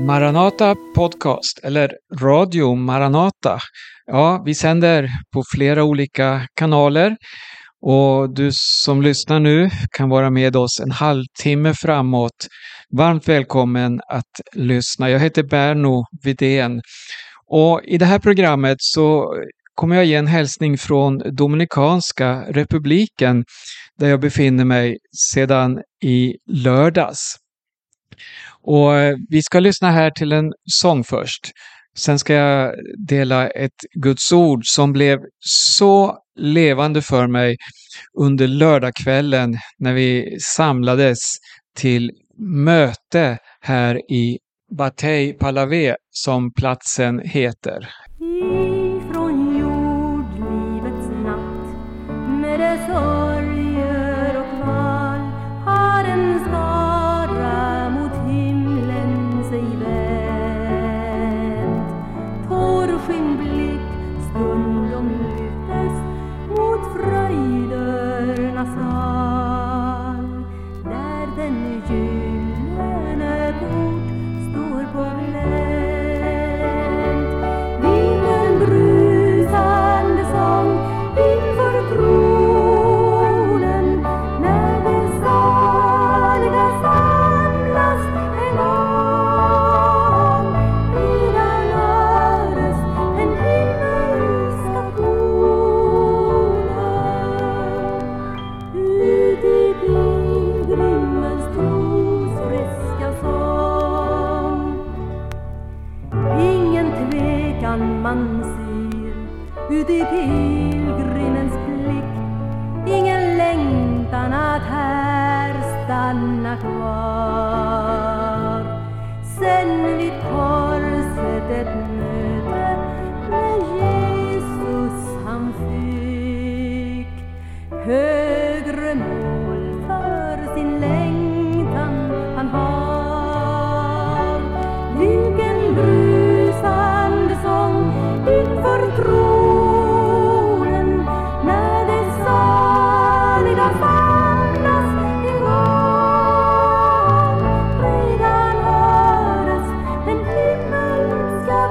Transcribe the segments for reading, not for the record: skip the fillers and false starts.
Maranata podcast eller Radio Maranata. Ja, vi sänder på flera olika kanaler och du som lyssnar nu kan vara med oss en halvtimme framåt. Varmt välkommen att lyssna. Jag heter Berno Widén och i det här programmet så kommer jag ge en hälsning från Dominikanska republiken där jag befinner mig sedan i lördags. Och vi ska lyssna här till en sång först. Sen ska jag dela ett Guds ord som blev så levande för mig under lördagskvällen när vi samlades till möte här i Batey Palavé som platsen heter. Ifrån jordlivets natt med dess sorger och kval har en skara mot himlen sig vänt. Tårskinn blick stundom lyftes mot fröjdernas sal, där den gyllene port står på glänt. Vilken brusande sång inför tronen när det saliga samlas en gång. Redan höres den himmelska tonen ut i pilgrimens trosfriska sång. Ingen tvekan man ser ut i pilgrimens blick, ingen längtan att här stanna kvar. Sen vid korset ett möte med Jesus han fick, högre mål för sin längtan han har. Vilken brusande sång inför tronen när det saliga samlas en gång. Redan höres den himmelska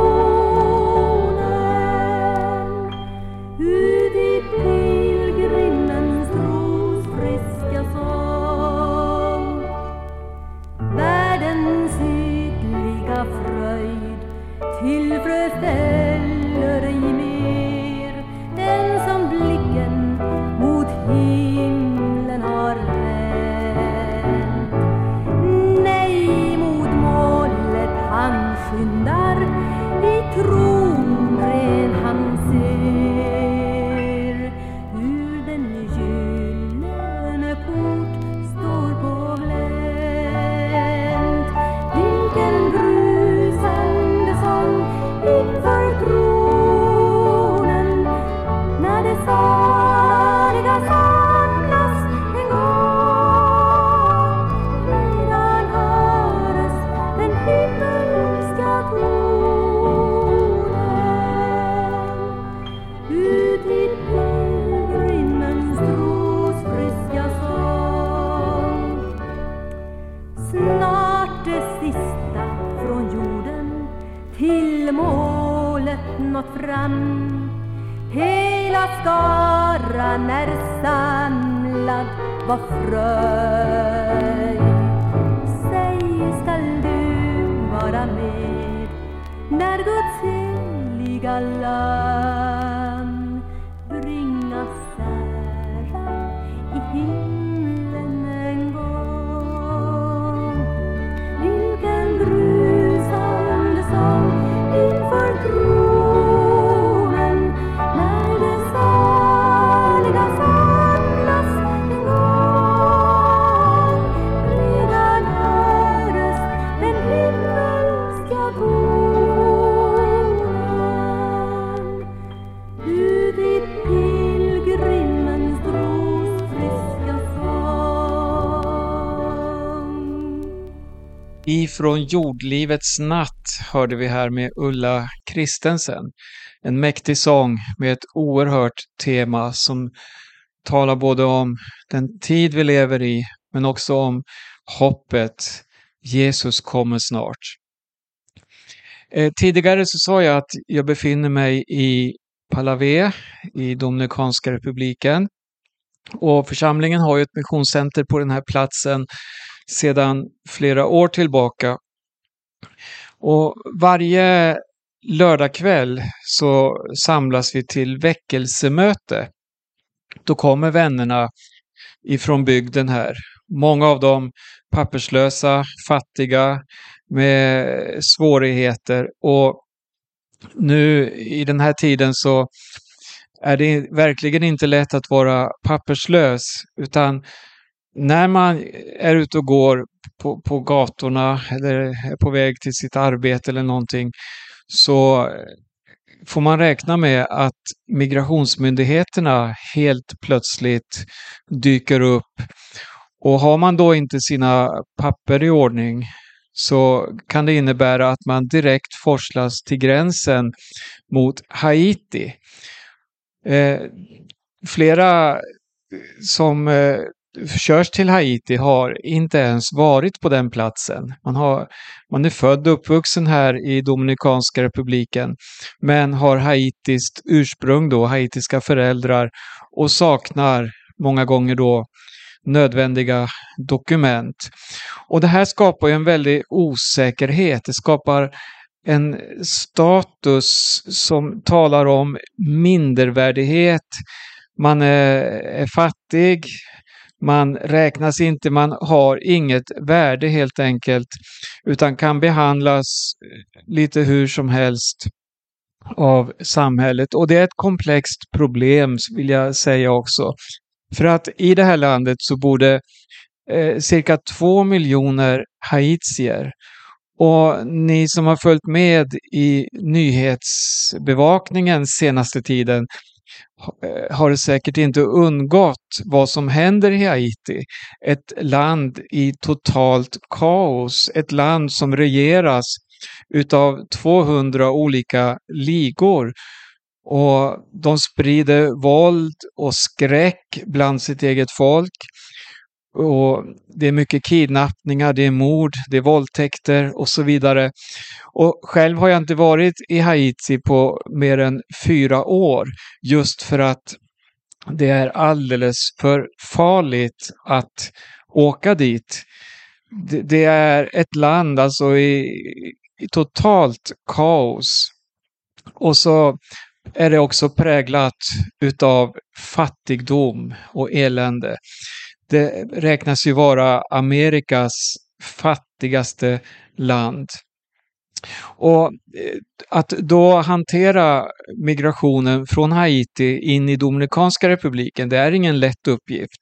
tonen ut i pilgrimens trosfriska sång. Världens ytliga fröjd tillfredsställer ej mer den som blicken mot himlen har vänt. Nej, mot målet han skyndar, i tronren han ser. Ur den gyllene port står på glänt. Vilken brusande sång inför tronen när det saliga samlas en gång. Redan höres den himmelska tonen ut i pilgrimens trosfriska sång. Snart det sista från jorden till målet nått fram. Hela skaran är samlad, vad fröjd. Säg, skall du vara med när Guds heliga lamm bringas ära i himlen en gång? Vilken brusande sång inför tronen när det saliga samlas en gång. Redan höres den himmelska tonen ut i pilgrimens trosfriska sång. Ifrån jordlivets natt hörde vi här med Ulla Kristensen. En mäktig sång med ett oerhört tema som talar både om den tid vi lever i men också om hoppet. Jesus kommer snart. Tidigare så sa jag att jag befinner mig i Palavé i Dominikanska republiken. Och församlingen har ju ett missionscenter på den här platsen sedan flera år tillbaka. Och varje lördagkväll så samlas vi till väckelsemöte. Då kommer vännerna ifrån bygden här. Många av dem papperslösa, fattiga, med svårigheter. Och nu i den här tiden så är det verkligen inte lätt att vara papperslös. Utan när man är ute och går på gatorna eller är på väg till sitt arbete eller någonting, så får man räkna med att migrationsmyndigheterna helt plötsligt dyker upp. Och har man då inte sina papper i ordning så kan det innebära att man direkt forslas till gränsen mot Haiti. Flera som körs till Haiti har inte ens varit på den platsen. Man är född och uppvuxen här i Dominikanska republiken, men har haitiskt ursprung då, haitiska föräldrar, och saknar många gånger då nödvändiga dokument. Och det här skapar ju en väldig osäkerhet. Det skapar en status som talar om mindervärdighet. Man är fattig, man räknas inte, man har inget värde helt enkelt, utan kan behandlas lite hur som helst av samhället. Och det är ett komplext problem, vill jag säga också. För att i det här landet så bor det cirka 2 miljoner haitier. Och ni som har följt med i nyhetsbevakningen senaste tiden har det säkert inte undgått vad som händer i Haiti. Ett land i totalt kaos. Ett land som regeras utav 200 olika ligor. Och de sprider våld och skräck bland sitt eget folk. Och det är mycket kidnappningar, det är mord, det är våldtäkter och så vidare. Och själv har jag inte varit i Haiti på mer än 4 år. Just för att det är alldeles för farligt att åka dit. Det är ett land alltså i totalt kaos. Och så är det också präglat utav fattigdom och elände. Det räknas ju vara Amerikas fattigaste land. Och att då hantera migrationen från Haiti in i Dominikanska republiken, det är ingen lätt uppgift.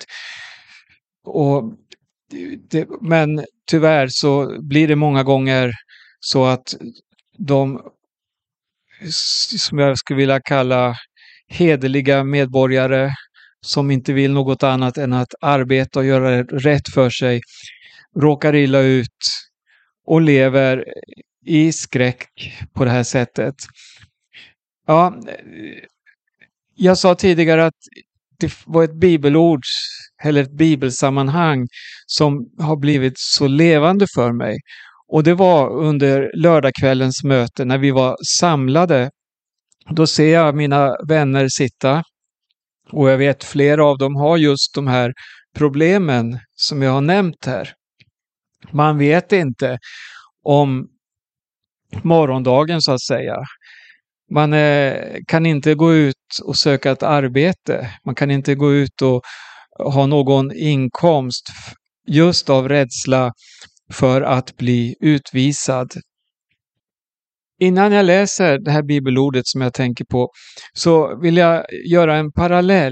Men tyvärr så blir det många gånger så att de, som jag skulle vilja kalla hederliga medborgare, som inte vill något annat än att arbeta och göra rätt för sig, råkar illa ut och lever i skräck på det här sättet. Ja, jag sa tidigare att det var ett bibelord eller ett bibelsammanhang som har blivit så levande för mig. Och det var under lördagskvällens möte när vi var samlade. Då ser jag mina vänner sitta. Och jag vet flera av dem har just de här problemen som jag har nämnt här. Man vet inte om morgondagen så att säga. Man kan inte gå ut och söka ett arbete. Man kan inte gå ut och ha någon inkomst just av rädsla för att bli utvisad. Innan jag läser det här bibelordet som jag tänker på så vill jag göra en parallell.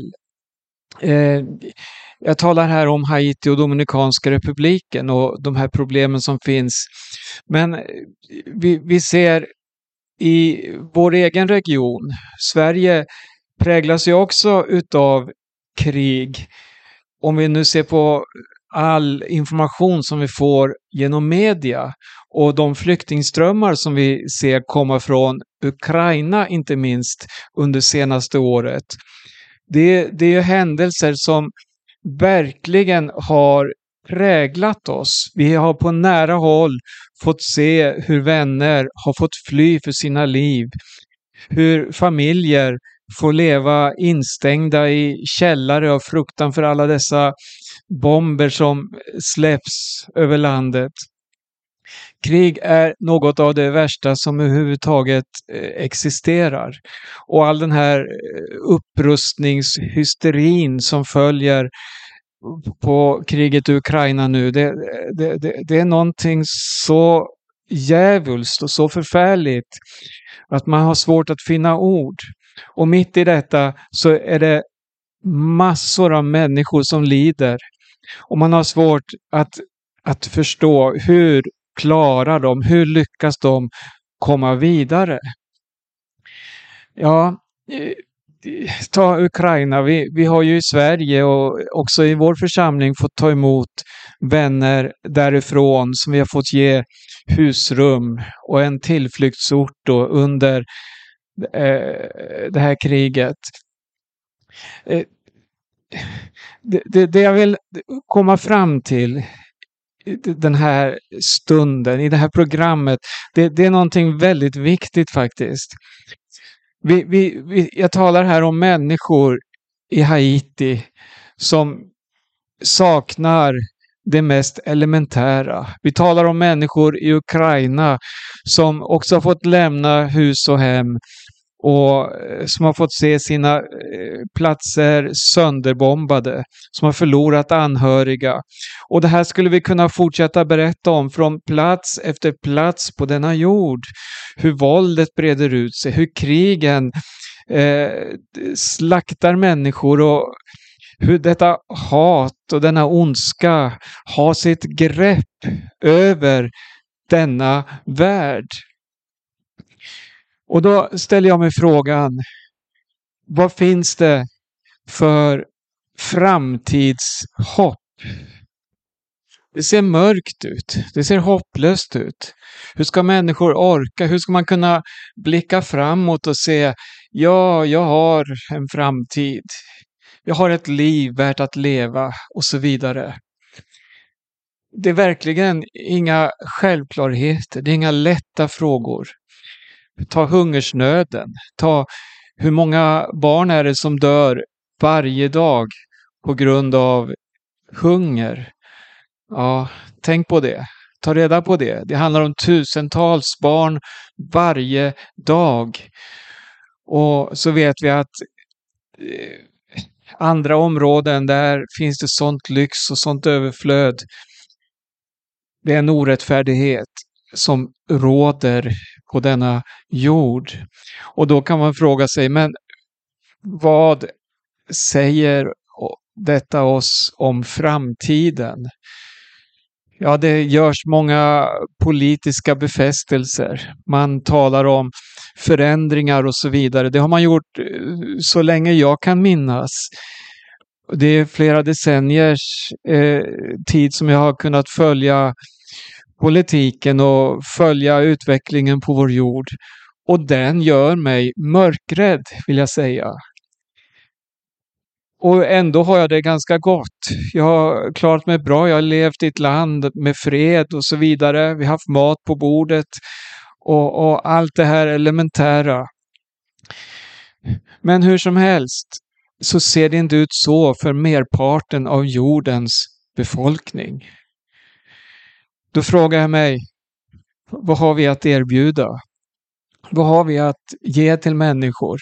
Jag talar här om Haiti och Dominikanska republiken och de här problemen som finns. Men vi ser i vår egen region, Sverige präglas ju också utav krig. Om vi nu ser på all information som vi får genom media och de flyktingströmmar som vi ser komma från Ukraina inte minst under senaste året. Det är händelser som verkligen har präglat oss. Vi har på nära håll fått se hur vänner har fått fly för sina liv. Hur familjer får leva instängda i källare av fruktan för alla dessa bomber som släpps över landet. Krig är något av det värsta som överhuvudtaget existerar. Och all den här upprustningshysterin som följer på kriget i Ukraina nu, det är någonting så djävulskt och så förfärligt att man har svårt att finna ord. Och mitt i detta så är det massor av människor som lider. Och man har svårt att förstå hur klarar de, hur lyckas de komma vidare. Ja, ta Ukraina. Vi har ju i Sverige och också i vår församling fått ta emot vänner därifrån som vi har fått ge husrum och en tillflyktsort då under det här kriget. Det jag vill komma fram till den här stunden, i det här programmet, det är någonting väldigt viktigt faktiskt. Jag talar här om människor i Haiti som saknar det mest elementära. Vi talar om människor i Ukraina som också har fått lämna hus och hem och som har fått se sina platser sönderbombade, som har förlorat anhöriga. Och det här skulle vi kunna fortsätta berätta om från plats efter plats på denna jord. Hur våldet breder ut sig, hur krigen slaktar människor och hur detta hat och denna ondska har sitt grepp över denna värld. Och då ställer jag mig frågan, vad finns det för framtidshopp? Det ser mörkt ut, det ser hopplöst ut. Hur ska människor orka? Hur ska man kunna blicka framåt och se, ja, jag har en framtid. Jag har ett liv värt att leva och så vidare. Det är verkligen inga självklarheter, det är inga lätta frågor. Ta hungersnöden, ta hur många barn är det som dör varje dag på grund av hunger. Ja, tänk på det. Ta reda på det. Det handlar om tusentals barn varje dag. Och så vet vi att andra områden där finns det sånt lyx och sånt överflöd. Det är en orättfärdighet som råder på denna jord. Och då kan man fråga sig, men vad säger detta oss om framtiden? Ja, det görs många politiska befästelser. Man talar om förändringar och så vidare. Det har man gjort så länge jag kan minnas. Det är flera decenniers tid som jag har kunnat följa politiken och följa utvecklingen på vår jord. Och den gör mig mörkrädd, vill jag säga. Och ändå har jag det ganska gott. Jag har klarat mig bra. Jag har levt i ett land med fred och så vidare. Vi har haft mat på bordet och allt det här elementära. Men hur som helst så ser det inte ut så för merparten av jordens befolkning. Då frågar jag mig, vad har vi att erbjuda? Vad har vi att ge till människor?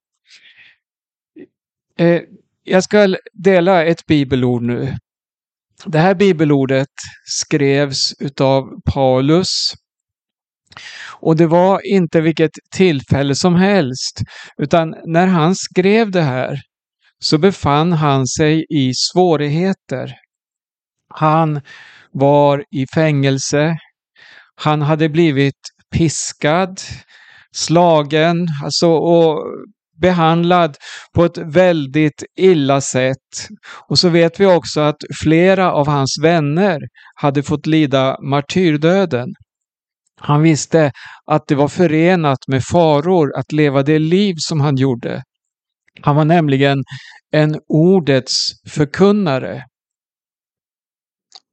Jag ska dela ett bibelord nu. Det här bibelordet skrevs utav Paulus. Och det var inte vilket tillfälle som helst. Utan när han skrev det här så befann han sig i svårigheter. Han var i fängelse. Han hade blivit piskad, slagen, och behandlad på ett väldigt illa sätt. Och så vet vi också att flera av hans vänner hade fått lida martyrdöden. Han visste att det var förenat med faror att leva det liv som han gjorde. Han var nämligen en ordets förkunnare.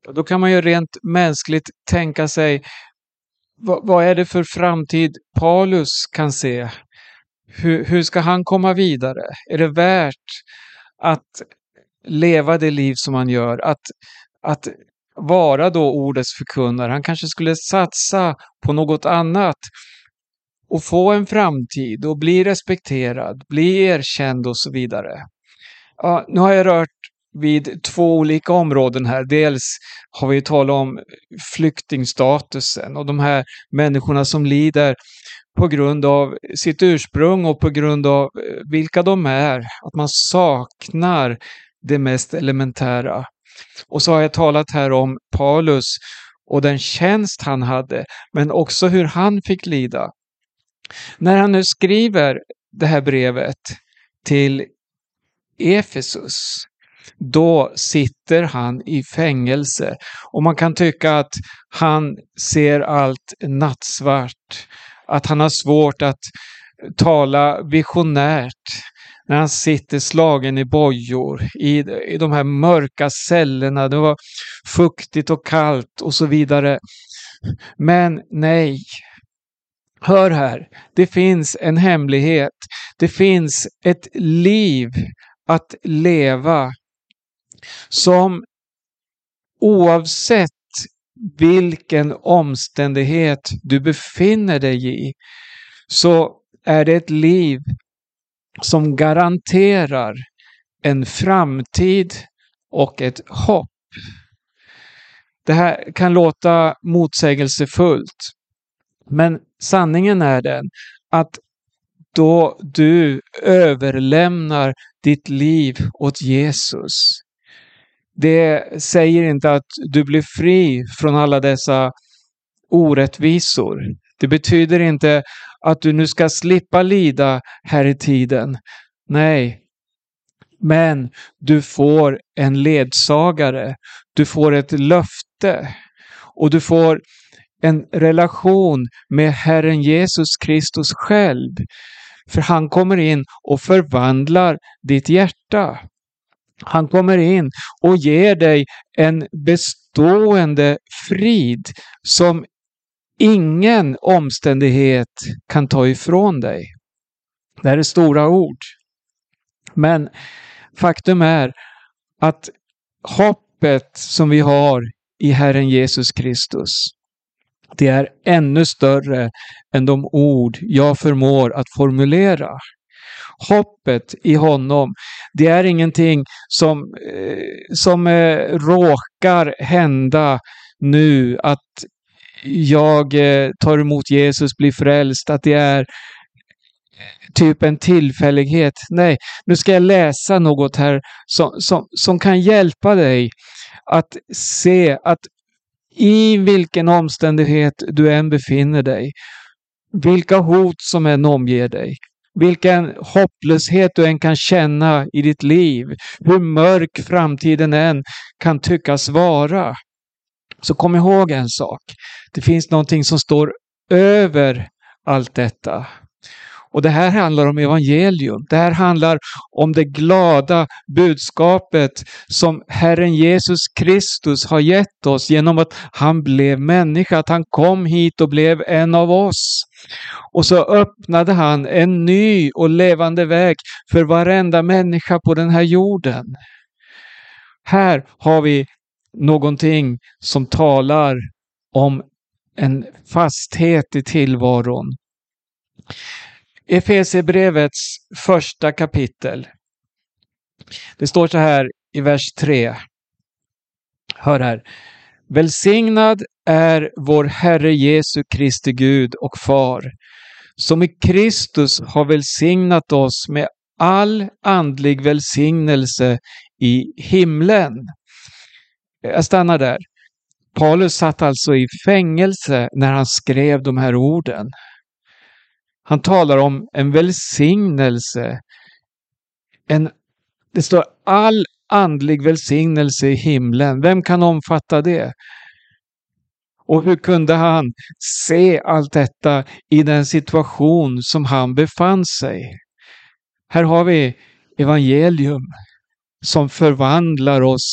Då kan man ju rent mänskligt tänka sig, vad är det för framtid Paulus kan se? Hur ska han komma vidare? Är det värt att leva det liv som han gör? Att vara då ordets förkunnare? Han kanske skulle satsa på något annat och få en framtid och bli respekterad, bli erkänd och så vidare. Ja, nu har jag rört vid 2 olika områden här. Dels har vi talat om flyktingstatusen och de här människorna som lider på grund av sitt ursprung och på grund av vilka de är. Att man saknar det mest elementära. Och så har jag talat här om Paulus och den tjänst han hade, men också hur han fick lida. När han nu skriver det här brevet till Efesus, då sitter han i fängelse. Och man kan tycka att han ser allt nattsvart. Att han har svårt att tala visionärt när han sitter slagen i bojor i de här mörka cellerna. Det var fuktigt och kallt och så vidare. Men nej. Hör här, det finns en hemlighet. Det finns ett liv att leva som oavsett vilken omständighet du befinner dig i, så är det ett liv som garanterar en framtid och ett hopp. Det här kan låta motsägelsefullt, men sanningen är den att då du överlämnar ditt liv åt Jesus, det säger inte att du blir fri från alla dessa orättvisor. Det betyder inte att du nu ska slippa lida här i tiden. Nej, men du får en ledsagare. Du får ett löfte och du får en relation med Herren Jesus Kristus själv. För han kommer in och förvandlar ditt hjärta. Han kommer in och ger dig en bestående frid som ingen omständighet kan ta ifrån dig. Det här är stora ord. Men faktum är att hoppet som vi har i Herren Jesus Kristus, det är ännu större än de ord jag förmår att formulera. Hoppet i honom, det är ingenting som råkar hända nu, att jag tar emot Jesus, blir frälst, att det är typ en tillfällighet. Nej, nu ska jag läsa något här som kan hjälpa dig att se att i vilken omständighet du än befinner dig, vilka hot som än omger dig, vilken hopplöshet du än kan känna i ditt liv, hur mörk framtiden än kan tyckas vara, så kom ihåg en sak. Det finns någonting som står över allt detta. Och det här handlar om evangelium. Det här handlar om det glada budskapet som Herren Jesus Kristus har gett oss genom att han blev människa, att han kom hit och blev en av oss. Och så öppnade han en ny och levande väg för varenda människa på den här jorden. Här har vi någonting som talar om en fasthet i tillvaron. Efesierbrevets första kapitel. Det står så här i vers 3. Hör här. Välsignad är vår Herre Jesu Kristi Gud och Far, som i Kristus har välsignat oss med all andlig välsignelse i himlen. Jag stannar där. Paulus satt alltså i fängelse när han skrev de här orden. Han talar om en välsignelse. Det står all andlig välsignelse i himlen. Vem kan omfatta det? Och hur kunde han se allt detta i den situation som han befann sig? Här har vi evangelium som förvandlar oss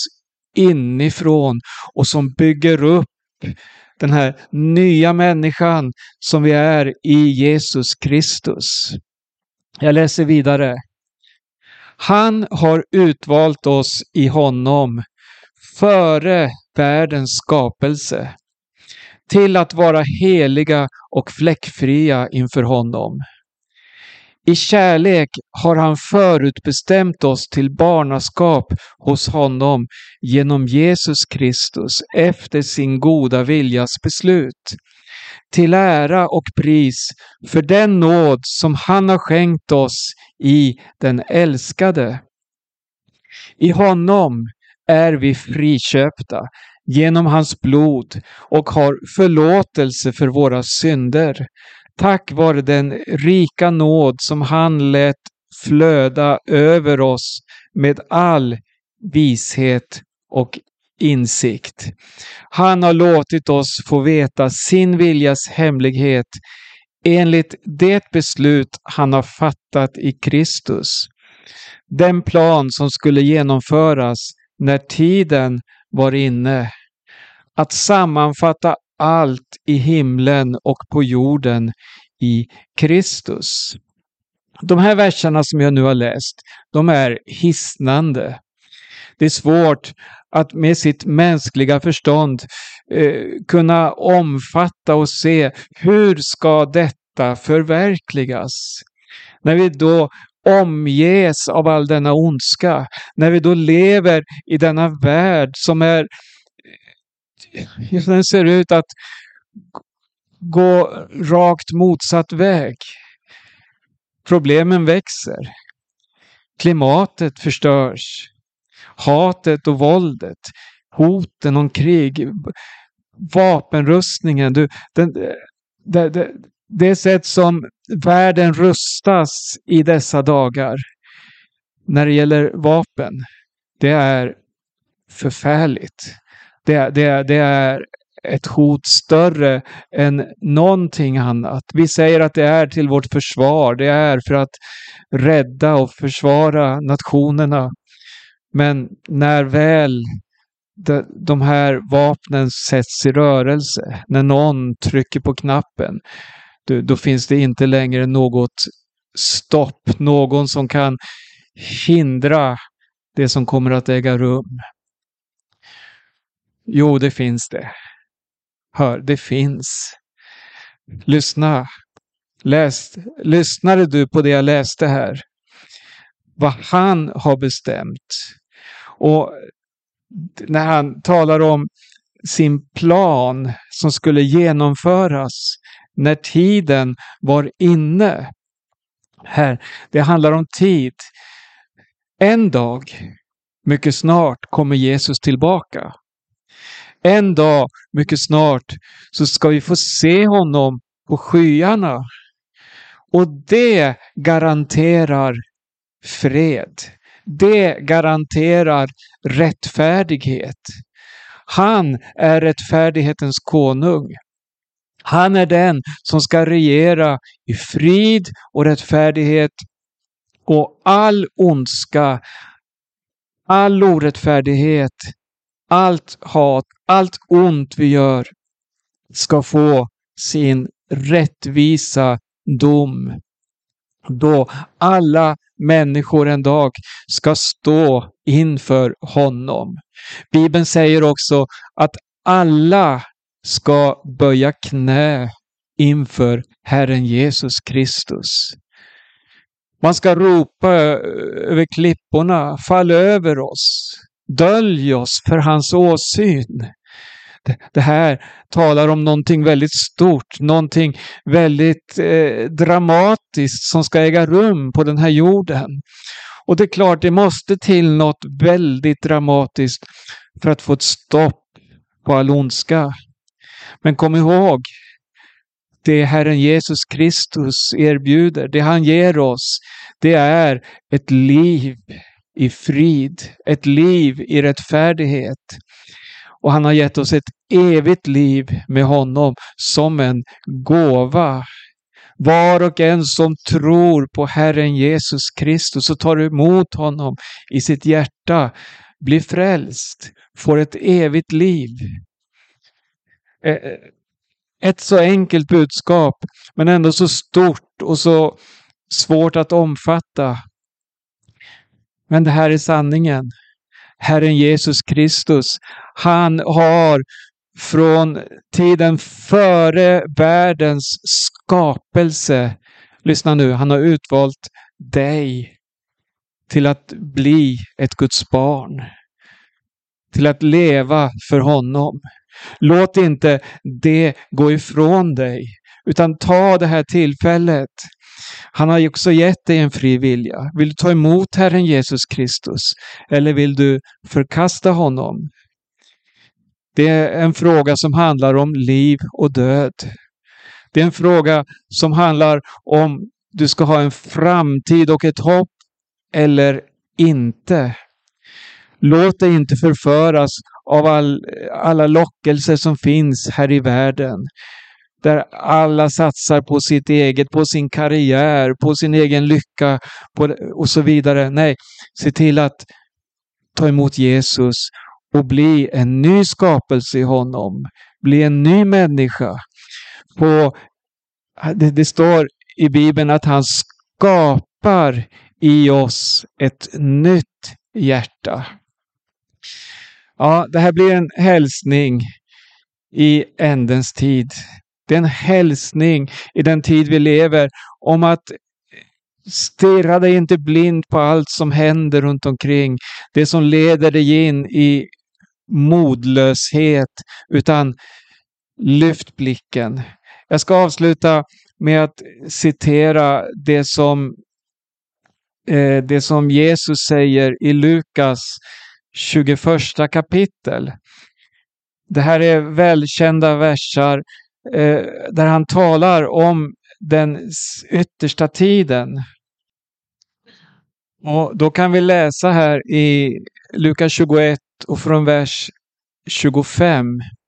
inifrån och som bygger upp den här nya människan som vi är i Jesus Kristus. Jag läser vidare. Han har utvalt oss i honom före världens skapelse till att vara heliga och fläckfria inför honom. I kärlek har han förutbestämt oss till barnaskap hos honom genom Jesus Kristus efter sin goda viljas beslut. Till ära och pris för den nåd som han har skänkt oss i den älskade. I honom är vi friköpta genom hans blod och har förlåtelse för våra synder. Tack vare den rika nåd som han lät flöda över oss med all vishet och insikt. Han har låtit oss få veta sin viljas hemlighet enligt det beslut han har fattat i Kristus. Den plan som skulle genomföras när tiden var inne. Att sammanfatta allt i himlen och på jorden i Kristus. De här verserna som jag nu har läst, de är hisnande. Det är svårt att med sitt mänskliga förstånd kunna omfatta och se hur ska detta förverkligas. När vi då omges av all denna ondska, när vi då lever i denna värld som är, den ser ut att gå rakt motsatt väg. Problemen växer. Klimatet förstörs. Hatet och våldet. Hoten om krig. Vapenrustningen. Det sätt som världen rustas i dessa dagar när det gäller vapen, det är förfärligt. Det är ett hot större än någonting annat. Vi säger att det är till vårt försvar. Det är för att rädda och försvara nationerna. Men när väl de här vapnen sätts i rörelse, när någon trycker på knappen, då finns det inte längre något stopp. Någon som kan hindra det som kommer att äga rum. Jo, det finns det. Hör, det finns. Lyssna. Lyssnade du på det jag läste här? Vad han har bestämt. Och när han talar om sin plan som skulle genomföras när tiden var inne. Här, det handlar om tid. En dag, mycket snart, kommer Jesus tillbaka. En dag, mycket snart, så ska vi få se honom på skyarna. Och det garanterar fred. Det garanterar rättfärdighet. Han är rättfärdighetens konung. Han är den som ska regera i frid och rättfärdighet, och all ondska, all orättfärdighet, allt hat, allt ont vi gör ska få sin rättvisa dom. Då alla människor en dag ska stå inför honom. Bibeln säger också att alla ska böja knä inför Herren Jesus Kristus. Man ska ropa över klipporna, fall över oss, dölj oss för hans åsyn. Det här talar om någonting väldigt stort, någonting väldigt dramatiskt som ska äga rum på den här jorden. Och det är klart, det måste till något väldigt dramatiskt för att få ett stopp på all ondska. Men kom ihåg, det Herren Jesus Kristus erbjuder, det han ger oss, det är ett liv i frid, ett liv i rättfärdighet. Och han har gett oss ett evigt liv med honom som en gåva. Var och en som tror på Herren Jesus Kristus och tar emot honom i sitt hjärta blir frälst, får ett evigt liv. Ett så enkelt budskap, men ändå så stort och så svårt att omfatta. Men det här är sanningen. Herren Jesus Kristus, han har från tiden före världens skapelse, lyssna nu, han har utvalt dig till att bli ett Guds barn. Till att leva för honom. Låt inte det gå ifrån dig, utan ta det här tillfället. Han har ju också gett dig en fri vilja. Vill du ta emot Herren Jesus Kristus? Eller vill du förkasta honom? Det är en fråga som handlar om liv och död. Det är en fråga som handlar om du ska ha en framtid och ett hopp eller inte. Låt dig inte förföras av alla lockelser som finns här i världen. Där alla satsar på sitt eget, på sin karriär, på sin egen lycka och så vidare. Nej, se till att ta emot Jesus och bli en ny skapelse i honom. Bli en ny människa. Det står i Bibeln att han skapar i oss ett nytt hjärta. Ja, det här blir en hälsning i ändens tid. Det är en hälsning i den tid vi lever om att stirra dig inte blind på allt som händer runt omkring. Det som leder dig in i modlöshet, utan lyft blicken. Jag ska avsluta med att citera det som Jesus säger i Lukas 21 kapitel. Det här är välkända versar där han talar om den yttersta tiden. Och då kan vi läsa här i Lukas 21 och från vers 25.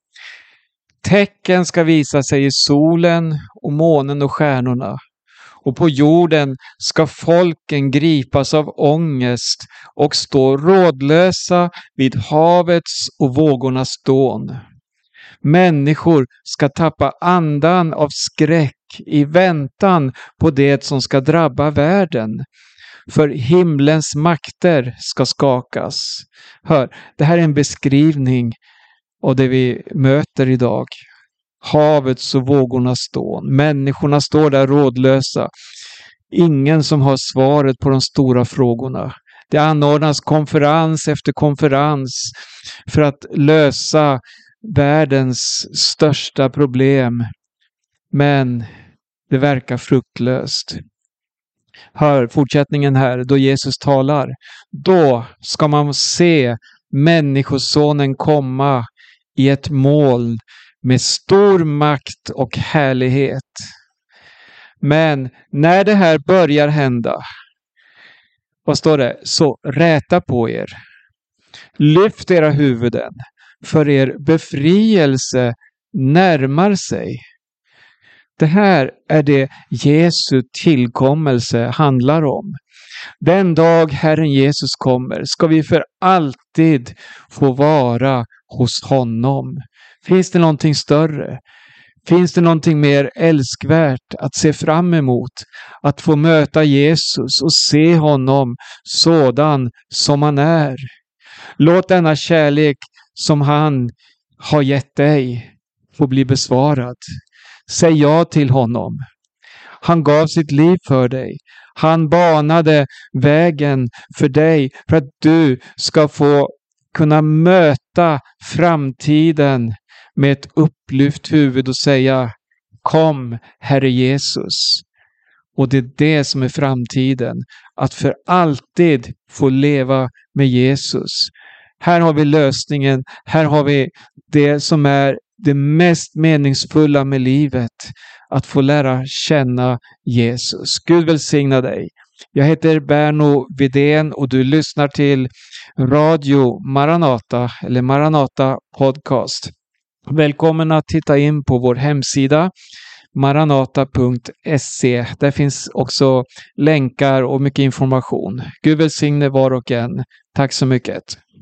Tecken ska visa sig i solen och månen och stjärnorna. Och på jorden ska folken gripas av ångest och stå rådlösa vid havets och vågornas dån. Människor ska tappa andan av skräck i väntan på det som ska drabba världen. För himlens makter ska skakas. Hör, det här är en beskrivning av det vi möter idag. Havets och vågornas stån. Människorna står där rådlösa. Ingen som har svaret på de stora frågorna. Det anordnas konferens efter konferens för att lösa världens största problem. Men det verkar fruktlöst. Hör fortsättningen här, då Jesus talar. Då ska man se människosonen komma i ett moln med stor makt och härlighet. Men när det här börjar hända, vad står det? Så räta på er. Lyft era huvuden, för er befrielse närmar sig. Det här är det Jesu tillkommelse handlar om. Den dag Herren Jesus kommer ska vi för alltid få vara hos honom. Finns det någonting större? Finns det någonting mer älskvärt att se fram emot? Att få möta Jesus och se honom sådan som han är. Låt denna kärlek som han har gett dig få bli besvarad. Säg ja till honom. Han gav sitt liv för dig. Han banade vägen för dig för att du ska få kunna möta framtiden med ett upplyft huvud och säga: kom, Herre Jesus. Och det är det som är framtiden. Att för alltid få leva med Jesus. Här har vi lösningen. Här har vi det som är det mest meningsfulla med livet. Att få lära känna Jesus. Gud välsigna dig. Jag heter Berno Widén och du lyssnar till Radio Maranata eller Maranata Podcast. Välkommen att titta in på vår hemsida maranata.se. Där finns också länkar och mycket information. Gud välsigne var och en. Tack så mycket.